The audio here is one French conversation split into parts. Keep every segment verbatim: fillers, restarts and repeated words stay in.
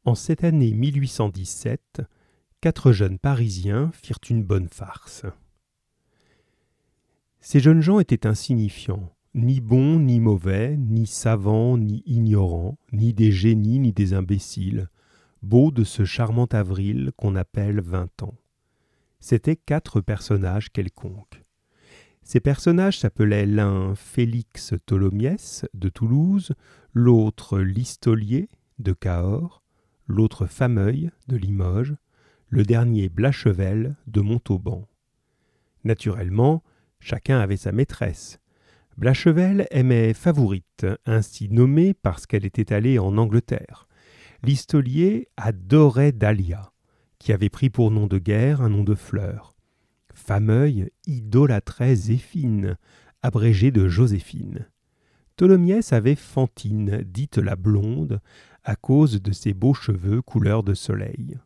En cette année mille huit cent dix-sept, quatre jeunes Parisiens firent une bonne farce. Ces jeunes gens étaient insignifiants, ni bons ni mauvais, ni savants ni ignorants, ni des génies ni des imbéciles, beaux de ce charmant avril qu'on appelle vingt ans. C'étaient quatre personnages quelconques. Ces personnages s'appelaient l'un Félix Tholomyès de Toulouse, l'autre Listolier de Cahors, l'autre Fameuil de Limoges, le dernier Blachevelle de Montauban. Naturellement, chacun avait sa maîtresse. Blachevelle aimait Favourite, ainsi nommée parce qu'elle était allée en Angleterre. Listolier adorait Dahlia, qui avait pris pour nom de guerre un nom de fleur. Fameuil idolâtrait Zéphine, abrégée de Joséphine. Tholomyès avait Fantine, dite la blonde, à cause de ses beaux cheveux couleur de soleil.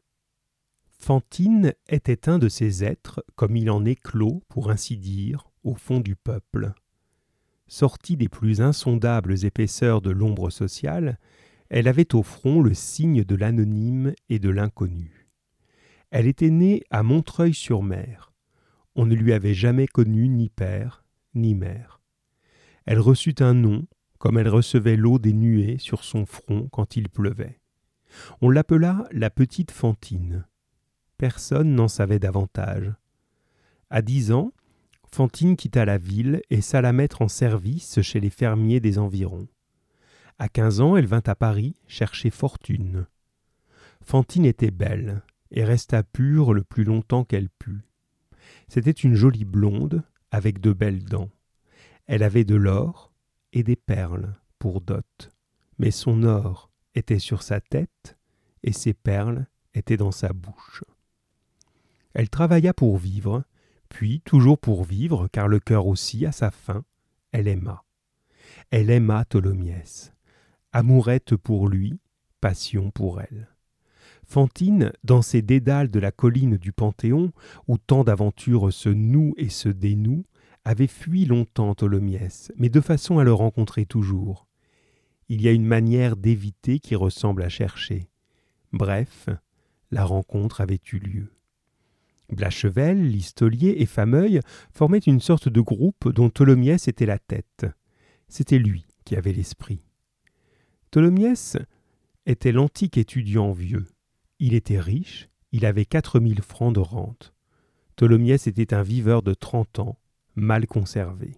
Fantine était un de ces êtres, comme il en éclot, pour ainsi dire, au fond du peuple. Sortie des plus insondables épaisseurs de l'ombre sociale, elle avait au front le signe de l'anonyme et de l'inconnu. Elle était née à Montreuil-sur-Mer. On ne lui avait jamais connu ni père ni mère. Elle reçut un nom, comme elle recevait l'eau des nuées sur son front quand il pleuvait. On l'appela la petite Fantine. Personne n'en savait davantage. À dix ans, Fantine quitta la ville et s'alla mettre en service chez les fermiers des environs. À quinze ans, elle vint à Paris chercher fortune. Fantine était belle et resta pure le plus longtemps qu'elle put. C'était une jolie blonde avec de belles dents. Elle avait de l'or et des perles pour dot, mais son or était sur sa tête et ses perles étaient dans sa bouche. Elle travailla pour vivre, puis toujours pour vivre, car le cœur aussi a sa fin, elle aima. Elle aima Tholomyès. Amourette pour lui, passion pour elle. Fantine, dans ces dédales de la colline du Panthéon, où tant d'aventures se nouent et se dénouent, avait fui longtemps Tholomyès, mais de façon à le rencontrer toujours. Il y a une manière d'éviter qui ressemble à chercher. Bref, la rencontre avait eu lieu. Blachevelle, Listolier et Fameuil formaient une sorte de groupe dont Tholomyès était la tête. C'était lui qui avait l'esprit. Tholomyès était l'antique étudiant vieux. Il était riche, il avait quatre mille francs de rente. Tholomyès était un viveur de trente ans, mal conservé.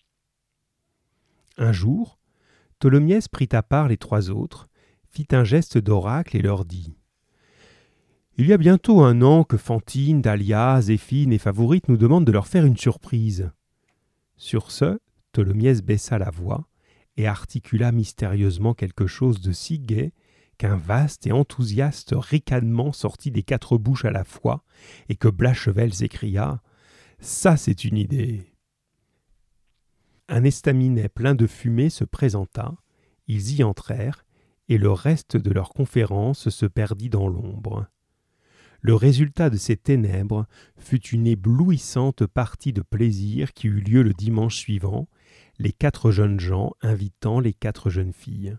Un jour, Tholomyès prit à part les trois autres, fit un geste d'oracle et leur dit « Il y a bientôt un an que Fantine, Dahlia, Zéphine et Favourite nous demandent de leur faire une surprise. » Sur ce, Tholomyès baissa la voix et articula mystérieusement quelque chose de si gai qu'un vaste et enthousiaste ricanement sortit des quatre bouches à la fois et que Blachevelle s'écria « Ça, c'est une idée !» Un estaminet plein de fumée se présenta, ils y entrèrent et le reste de leur conférence se perdit dans l'ombre. Le résultat de ces ténèbres fut une éblouissante partie de plaisir qui eut lieu le dimanche suivant, les quatre jeunes gens invitant les quatre jeunes filles.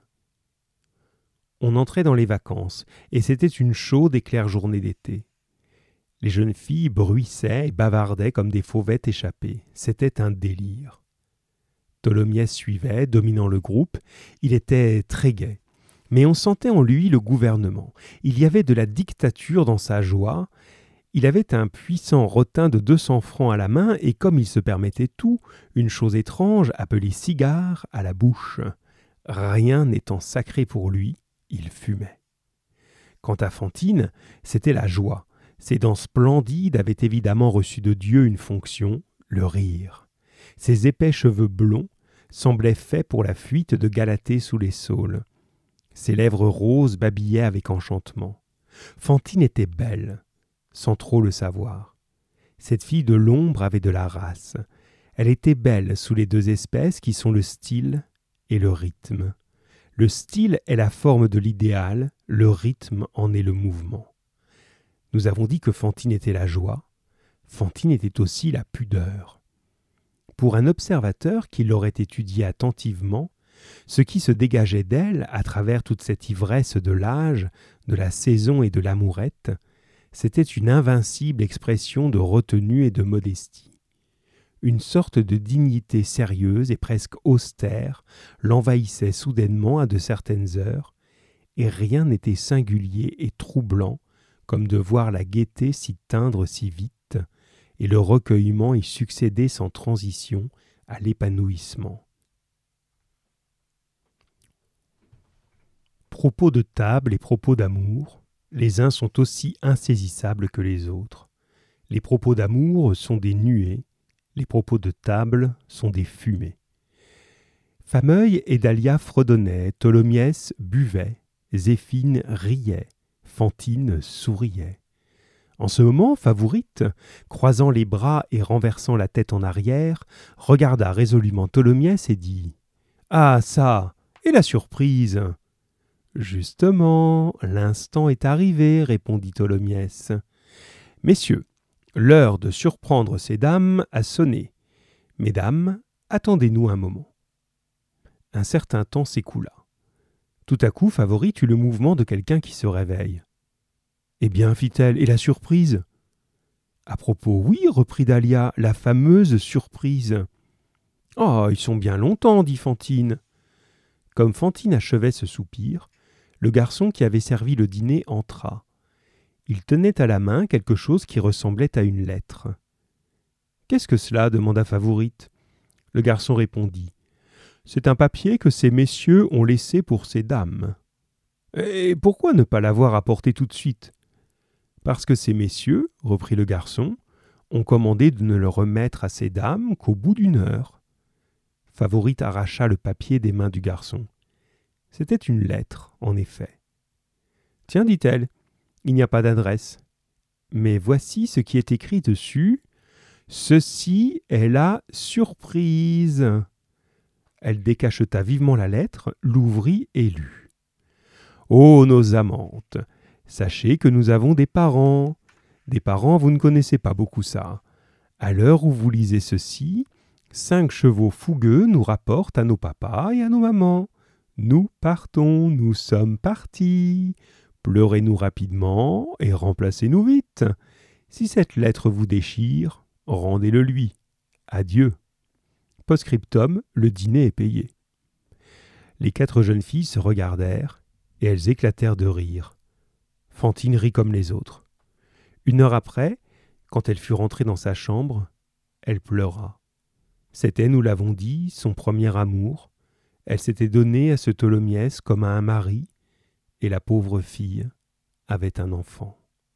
On entrait dans les vacances, et c'était une chaude et claire journée d'été. Les jeunes filles bruissaient et bavardaient comme des fauvettes échappées. C'était un délire. Tholomyès suivait, dominant le groupe. Il était très gai. Mais on sentait en lui le gouvernement. Il y avait de la dictature dans sa joie. Il avait un puissant rotin de deux cents francs à la main et comme il se permettait tout, une chose étrange appelée cigare à la bouche. Rien n'étant sacré pour lui, il fumait. Quant à Fantine, c'était la joie. Ses dents splendides avaient évidemment reçu de Dieu une fonction, le rire. Ses épais cheveux blonds semblaient faits pour la fuite de Galatée sous les saules. Ses lèvres roses babillaient avec enchantement. Fantine était belle, sans trop le savoir. Cette fille de l'ombre avait de la race. Elle était belle sous les deux espèces qui sont le style et le rythme. Le style est la forme de l'idéal, le rythme en est le mouvement. Nous avons dit que Fantine était la joie. Fantine était aussi la pudeur. Pour un observateur qui l'aurait étudiée attentivement, Ce qui se dégageait d'elle, à travers toute cette ivresse de l'âge, de la saison et de l'amourette, c'était une invincible expression de retenue et de modestie. Une sorte de dignité sérieuse et presque austère l'envahissait soudainement à de certaines heures, et rien n'était singulier et troublant comme de voir la gaieté s'y teindre si vite, et le recueillement y succéder sans transition à l'épanouissement. Propos de table et propos d'amour, les uns sont aussi insaisissables que les autres. Les propos d'amour sont des nuées, les propos de table sont des fumées. Fameuil et Dahlia fredonnaient, Tholomyès buvait, Zéphine riait, Fantine souriait. En ce moment, Favourite, croisant les bras et renversant la tête en arrière, regarda résolument Tholomyès et dit « Ah ça, et la surprise !»« Justement, l'instant est arrivé, répondit Tholomyès. Messieurs, l'heure de surprendre ces dames a sonné. Mesdames, attendez-nous un moment. » Un certain temps s'écoula. Tout à coup, Favourite eut le mouvement de quelqu'un qui se réveille. « Eh bien, fit-elle, et la surprise ?»« À propos, oui, reprit Dahlia, la fameuse surprise. »« Ah, ils sont bien longtemps, dit Fantine. » Comme Fantine achevait ce soupir, le garçon qui avait servi le dîner entra. Il tenait à la main quelque chose qui ressemblait à une lettre. « Qu'est-ce que cela » demanda Favourite. Le garçon répondit. « C'est un papier que ces messieurs ont laissé pour ces dames. »« Et pourquoi ne pas l'avoir apporté tout de suite ?»« Parce que ces messieurs, reprit le garçon, ont commandé de ne le remettre à ces dames qu'au bout d'une heure. » Favourite arracha le papier des mains du garçon. C'était une lettre, en effet. « Tiens, dit-elle, il n'y a pas d'adresse. Mais voici ce qui est écrit dessus. Ceci est la surprise. » Elle décacheta vivement la lettre, l'ouvrit et lut. « Ô nos amantes, sachez que nous avons des parents. Des parents, vous ne connaissez pas beaucoup ça. À l'heure où vous lisez ceci, cinq chevaux fougueux nous rapportent à nos papas et à nos mamans. Nous partons, nous sommes partis. Pleurez-nous rapidement et remplacez-nous vite. Si cette lettre vous déchire, rendez-le lui. Adieu. Post-scriptum, le dîner est payé. » Les quatre jeunes filles se regardèrent et elles éclatèrent de rire. Fantine rit comme les autres. Une heure après, quand elle fut rentrée dans sa chambre, elle pleura. C'était, nous l'avons dit, son premier amour. Elle s'était donnée à ce Tholomyès comme à un mari, et la pauvre fille avait un enfant.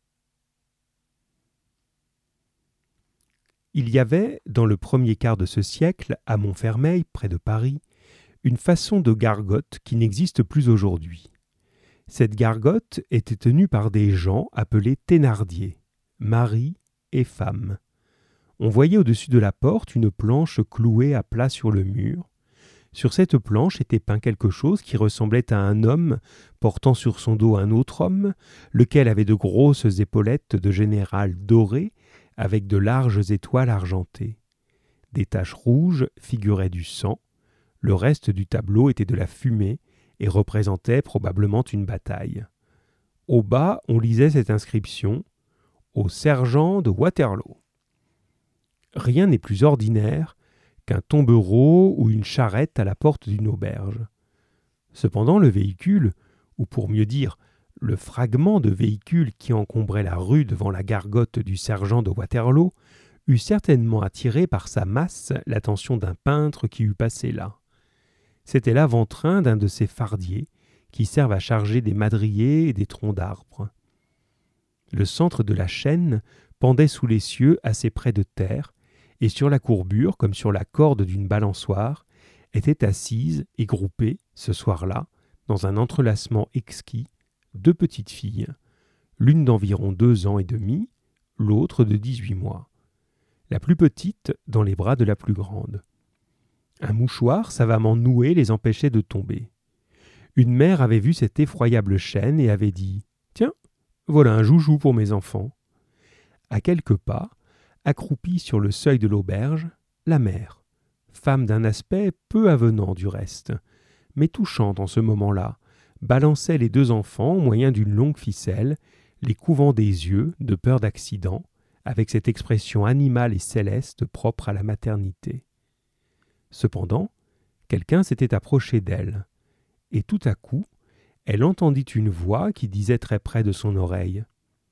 Il y avait, dans le premier quart de ce siècle, à Montfermeil, près de Paris, une façon de gargote qui n'existe plus aujourd'hui. Cette gargote était tenue par des gens appelés Thénardier, mari et femme. On voyait au-dessus de la porte une planche clouée à plat sur le mur. Sur cette planche était peint quelque chose qui ressemblait à un homme portant sur son dos un autre homme, lequel avait de grosses épaulettes de général dorées avec de larges étoiles argentées. Des taches rouges figuraient du sang. Le reste du tableau était de la fumée et représentait probablement une bataille. Au bas, on lisait cette inscription « Au sergent de Waterloo ». Rien n'est plus ordinaire qu'un tombereau ou une charrette à la porte d'une auberge. Cependant, le véhicule, ou pour mieux dire, le fragment de véhicule qui encombrait la rue devant la gargote du sergent de Waterloo, eût certainement attiré par sa masse l'attention d'un peintre qui eût passé là. C'était l'avant-train d'un de ces fardiers qui servent à charger des madriers et des troncs d'arbres. Le centre de la chaîne pendait sous les cieux assez près de terre, et sur la courbure, comme sur la corde d'une balançoire, étaient assises et groupées, ce soir-là, dans un entrelacement exquis, deux petites filles, l'une d'environ deux ans et demi, l'autre de dix-huit mois. La plus petite dans les bras de la plus grande. Un mouchoir savamment noué les empêchait de tomber. Une mère avait vu cette effroyable chaîne et avait dit « Tiens, voilà un joujou pour mes enfants. » À quelques pas, accroupie sur le seuil de l'auberge, la mère, femme d'un aspect peu avenant du reste, mais touchante en ce moment-là, balançait les deux enfants au moyen d'une longue ficelle, les couvant des yeux de peur d'accident, avec cette expression animale et céleste propre à la maternité. Cependant, quelqu'un s'était approché d'elle, et tout à coup, elle entendit une voix qui disait très près de son oreille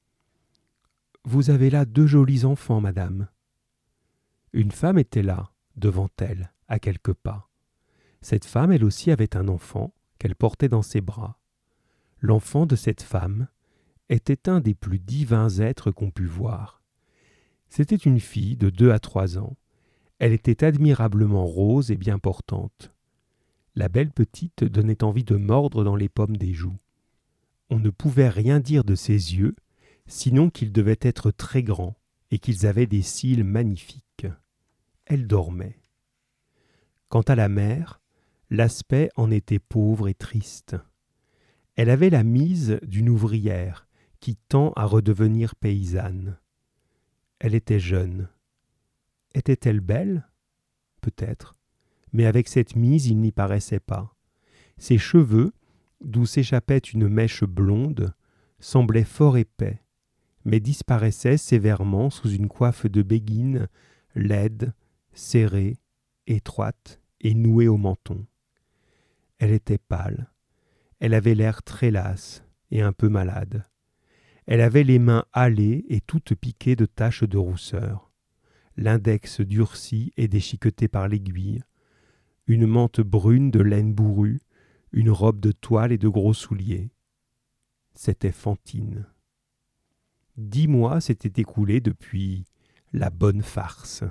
« Vous avez là deux jolis enfants, madame. » Une femme était là, devant elle, à quelques pas. Cette femme, elle aussi, avait un enfant qu'elle portait dans ses bras. L'enfant de cette femme était un des plus divins êtres qu'on pût voir. C'était une fille de deux à trois ans. Elle était admirablement rose et bien portante. La belle petite donnait envie de mordre dans les pommes des joues. On ne pouvait rien dire de ses yeux, sinon qu'ils devaient être très grands et qu'ils avaient des cils magnifiques. Elle dormait. Quant à la mère, l'aspect en était pauvre et triste. Elle avait la mise d'une ouvrière qui tend à redevenir paysanne. Elle était jeune. Était-elle belle ? Peut-être, mais avec cette mise il n'y paraissait pas. Ses cheveux, d'où s'échappait une mèche blonde, semblaient fort épais, mais disparaissaient sévèrement sous une coiffe de béguine, laide, serrée, étroite et nouée au menton. Elle était pâle. Elle avait l'air très lasse et un peu malade. Elle avait les mains hâlées et toutes piquées de taches de rousseur, l'index durci et déchiqueté par l'aiguille, une mante brune de laine bourrue, une robe de toile et de gros souliers. C'était Fantine. Dix mois s'étaient écoulés depuis la bonne farce.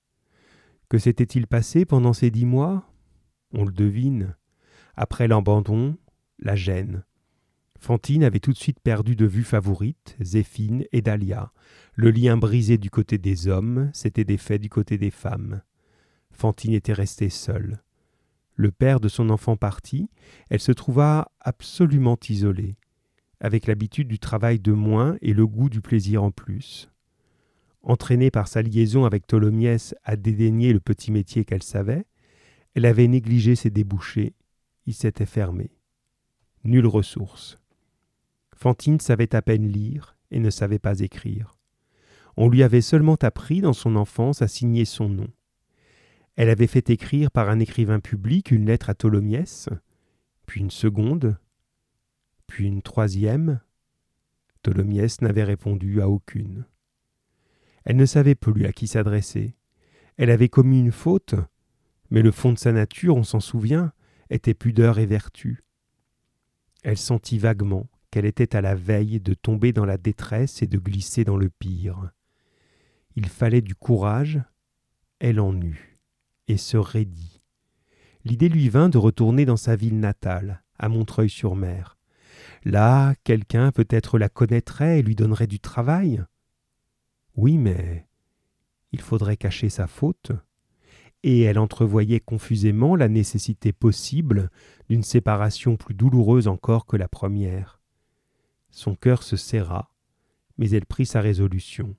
Que s'était-il passé pendant ces dix mois ? On le devine. Après l'abandon, la gêne. Fantine avait tout de suite perdu de vue Favourite, Zéphine et Dahlia. Le lien brisé du côté des hommes s'était défait du côté des femmes. Fantine était restée seule. Le père de son enfant parti, elle se trouva absolument isolée, avec l'habitude du travail de moins et le goût du plaisir en plus. Entraînée par sa liaison avec Tholomyès à dédaigner le petit métier qu'elle savait, elle avait négligé ses débouchés, ils s'étaient fermés. Nulle ressource. Fantine savait à peine lire et ne savait pas écrire. On lui avait seulement appris dans son enfance à signer son nom. Elle avait fait écrire par un écrivain public une lettre à Tholomyès, puis une seconde, puis une troisième. Tholomyès n'avait répondu à aucune. Elle ne savait plus à qui s'adresser. Elle avait commis une faute, mais le fond de sa nature, on s'en souvient, était pudeur et vertu. Elle sentit vaguement qu'elle était à la veille de tomber dans la détresse et de glisser dans le pire. Il fallait du courage, elle en eut, et se raidit. L'idée lui vint de retourner dans sa ville natale, à Montreuil-sur-Mer. Là, quelqu'un peut-être la connaîtrait et lui donnerait du travail. Oui, mais il faudrait cacher sa faute, et elle entrevoyait confusément la nécessité possible d'une séparation plus douloureuse encore que la première. Son cœur se serra, mais elle prit sa résolution.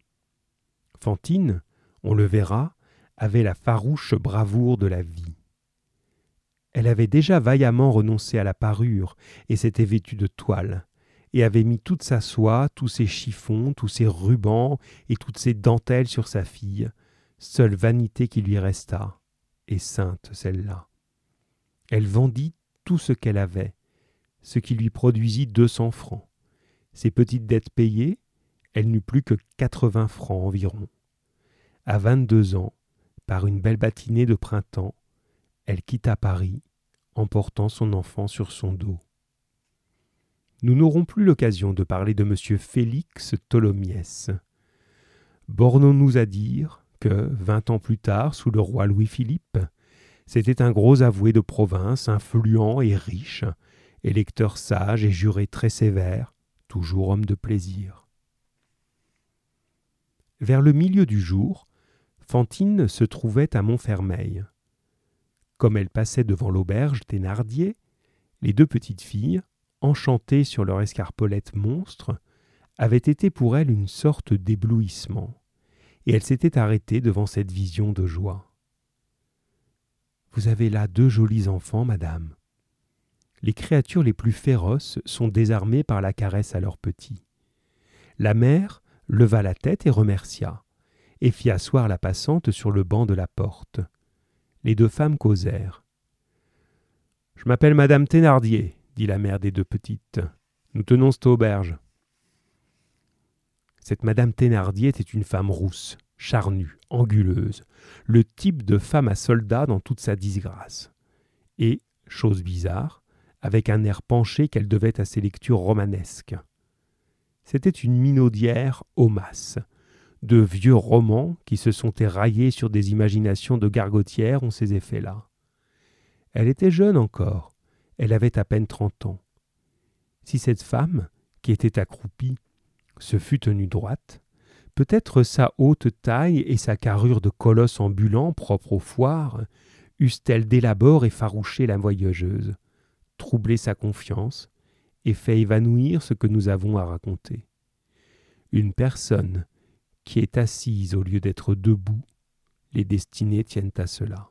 Fantine, on le verra, avait la farouche bravoure de la vie. Elle avait déjà vaillamment renoncé à la parure et s'était vêtue de toile, et avait mis toute sa soie, tous ses chiffons, tous ses rubans et toutes ses dentelles sur sa fille, seule vanité qui lui resta, et sainte celle-là. Elle vendit tout ce qu'elle avait, ce qui lui produisit deux cents francs. Ses petites dettes payées, elle n'eut plus que quatre-vingts francs environ. À vingt-deux ans, par une belle matinée de printemps, elle quitta Paris, emportant son enfant sur son dos. Nous n'aurons plus l'occasion de parler de M. Félix Tholomyès. Bornons-nous à dire que, vingt ans plus tard, sous le roi Louis-Philippe, c'était un gros avoué de province, influent et riche, électeur sage et juré très sévère, toujours homme de plaisir. Vers le milieu du jour, Fantine se trouvait à Montfermeil. Comme elle passait devant l'auberge Thénardier, les deux petites filles, enchantées sur leur escarpolette monstre, avaient été pour elle une sorte d'éblouissement, et elle s'était arrêtée devant cette vision de joie. « Vous avez là deux jolis enfants, madame. les créatures les plus féroces sont désarmées par la caresse à leurs petits. La mère leva la tête et remercia, et fit asseoir la passante sur le banc de la porte. Les deux femmes causèrent. « Je m'appelle Madame Thénardier, » dit la mère des deux petites. « Nous tenons cette auberge. » Cette Madame Thénardier était une femme rousse, charnue, anguleuse, le type de femme à soldat dans toute sa disgrâce. Et, chose bizarre, avec un air penché qu'elle devait à ses lectures romanesques. C'était une minaudière aux masses. De vieux romans qui se sont éraillés sur des imaginations de gargotières ont ces effets-là. Elle était jeune encore, elle avait à peine trente ans. Si cette femme, qui était accroupie, se fût tenue droite, peut-être sa haute taille et sa carrure de colosse ambulant propre aux foires eussent-elles dès l'abord effarouché la voyageuse, troublé sa confiance et fait évanouir ce que nous avons à raconter. Une personne qui est assise au lieu d'être debout, les destinées tiennent à cela.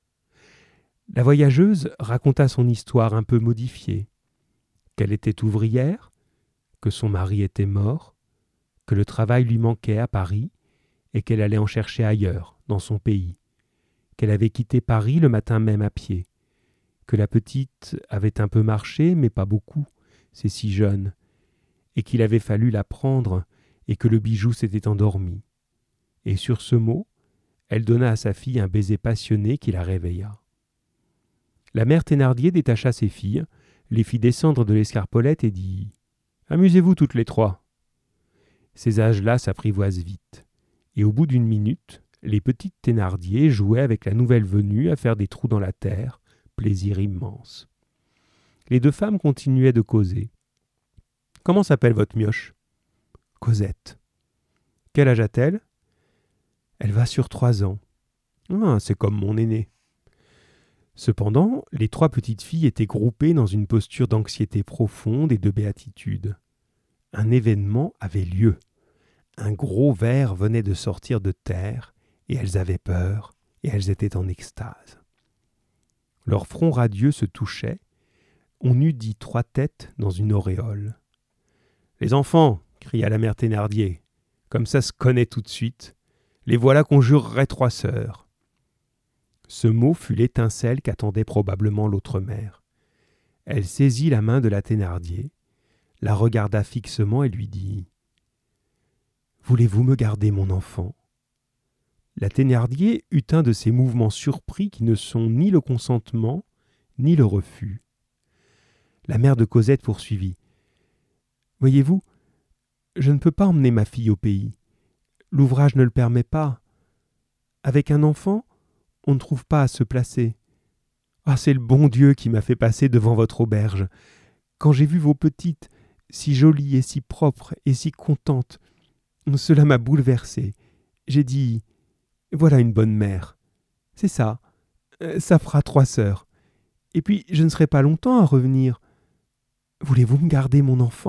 La voyageuse raconta son histoire un peu modifiée, qu'elle était ouvrière, que son mari était mort, que le travail lui manquait à Paris et qu'elle allait en chercher ailleurs, dans son pays, qu'elle avait quitté Paris le matin même à pied, que la petite avait un peu marché, mais pas beaucoup, c'est si jeune, et qu'il avait fallu la prendre et que le bijou s'était endormi. Et sur ce mot, elle donna à sa fille un baiser passionné qui la réveilla. La mère Thénardier détacha ses filles, les fit descendre de l'escarpolette et dit « Amusez-vous toutes les trois ». Ces âges-là s'apprivoisent vite, et au bout d'une minute, les petites Thénardier jouaient avec la nouvelle venue à faire des trous dans la terre, plaisir immense. Les deux femmes continuaient de causer. « Comment s'appelle votre mioche ?»« Cosette. »« Quel âge a-t-elle ?»« Elle va sur trois ans. »« Ah, c'est comme mon aîné. » Cependant, les trois petites filles étaient groupées dans une posture d'anxiété profonde et de béatitude. Un événement avait lieu. Un gros ver venait de sortir de terre, et elles avaient peur, et elles étaient en extase. Leurs fronts radieux se touchaient. On eût dit trois têtes dans une auréole. « Les enfants !» cria la mère Thénardier. « Comme ça se connaît tout de suite. Les voilà qu'on jurerait trois sœurs. » Ce mot fut l'étincelle qu'attendait probablement l'autre mère. Elle saisit la main de la Thénardier, la regarda fixement et lui dit « Voulez-vous me garder mon enfant ?» La Thénardier eut un de ces mouvements surpris qui ne sont ni le consentement, ni le refus. La mère de Cosette poursuivit. « Voyez-vous, je ne peux pas emmener ma fille au pays. L'ouvrage ne le permet pas. Avec un enfant, on ne trouve pas à se placer. Ah, c'est le bon Dieu qui m'a fait passer devant votre auberge. Quand j'ai vu vos petites, si jolies et si propres et si contentes, cela m'a bouleversée. J'ai dit, voilà une bonne mère. C'est ça, ça fera trois sœurs. Et puis, je ne serai pas longtemps à revenir. Voulez-vous me garder mon enfant ?»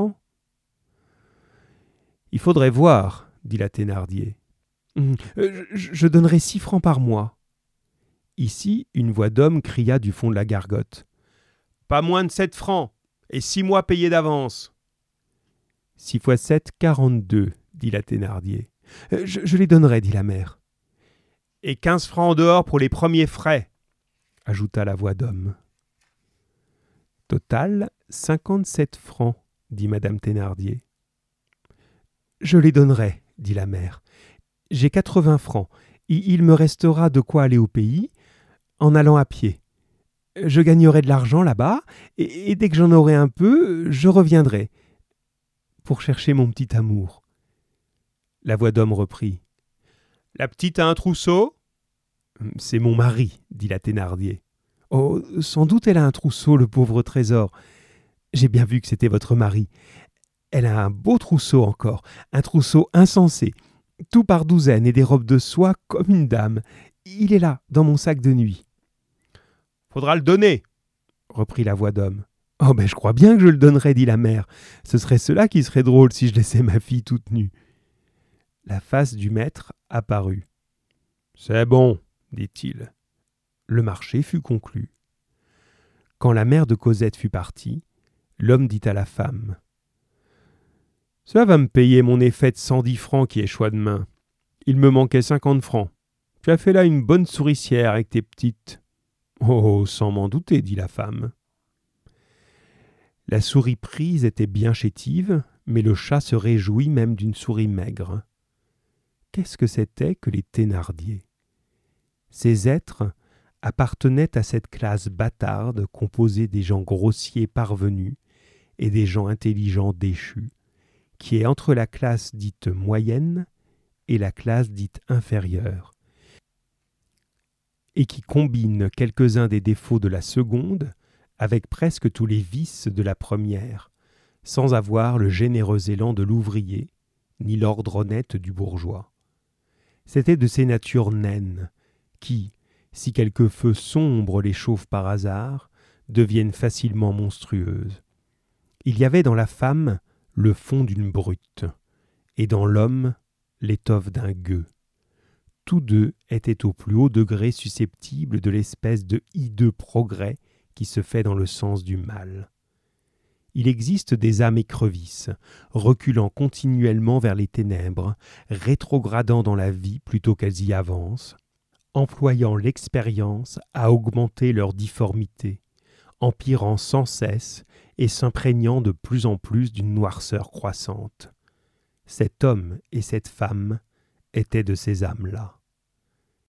« Il faudrait voir, » dit la Thénardier. Hum, je, je donnerai six francs par mois. Ici, une voix d'homme cria du fond de la gargote. « Pas moins de sept francs, et six mois payés d'avance. »« Six fois sept, quarante-deux, » dit la Thénardier. « Je, je les donnerai, » dit la mère. « Et quinze francs en dehors pour les premiers frais, » ajouta la voix d'homme. « Total, cinquante-sept francs, » dit madame Thénardier. « Je les donnerai, » dit la mère. « J'ai quatre-vingts francs, et il me restera de quoi aller au pays en allant à pied. Je gagnerai de l'argent là-bas, et, et dès que j'en aurai un peu, je reviendrai pour chercher mon petit amour. » La voix d'homme reprit. « La petite a un trousseau ?»« C'est mon mari, » dit la Thénardier. « Oh, sans doute elle a un trousseau, le pauvre trésor. J'ai bien vu que c'était votre mari. Elle a un beau trousseau encore, un trousseau insensé, tout par douzaine et des robes de soie comme une dame. Il est là, dans mon sac de nuit. »« Faudra le donner, » reprit la voix d'homme. « Oh, ben je crois bien que je le donnerais, » dit la mère. « Ce serait cela qui serait drôle si je laissais ma fille toute nue. » La face du maître apparut. « C'est bon, dit-il. » Le marché fut conclu. Quand la mère de Cosette fut partie, l'homme dit à la femme « Cela va me payer mon effet de cent dix francs qui est choix de main. Il me manquait cinquante francs. Tu as fait là une bonne souricière avec tes petites. »« Oh, sans m'en douter, dit la femme. » La souris prise était bien chétive, mais le chat se réjouit même d'une souris maigre. Qu'est-ce que c'était que les Thénardier ? Ces êtres appartenaient à cette classe bâtarde composée des gens grossiers parvenus et des gens intelligents déchus, qui est entre la classe dite moyenne et la classe dite inférieure, et qui combine quelques-uns des défauts de la seconde avec presque tous les vices de la première, sans avoir le généreux élan de l'ouvrier, ni l'ordre honnête du bourgeois. C'était de ces natures naines, qui, si quelque feu sombre les chauffe par hasard, deviennent facilement monstrueuses. Il y avait dans la femme le fond d'une brute, et dans l'homme l'étoffe d'un gueux. Tous deux étaient au plus haut degré susceptibles de l'espèce de hideux progrès qui se fait dans le sens du mal. Il existe des âmes écrevisses, reculant continuellement vers les ténèbres, rétrogradant dans la vie plutôt qu'elles y avancent, employant l'expérience à augmenter leur difformité, empirant sans cesse et s'imprégnant de plus en plus d'une noirceur croissante. Cet homme et cette femme étaient de ces âmes-là.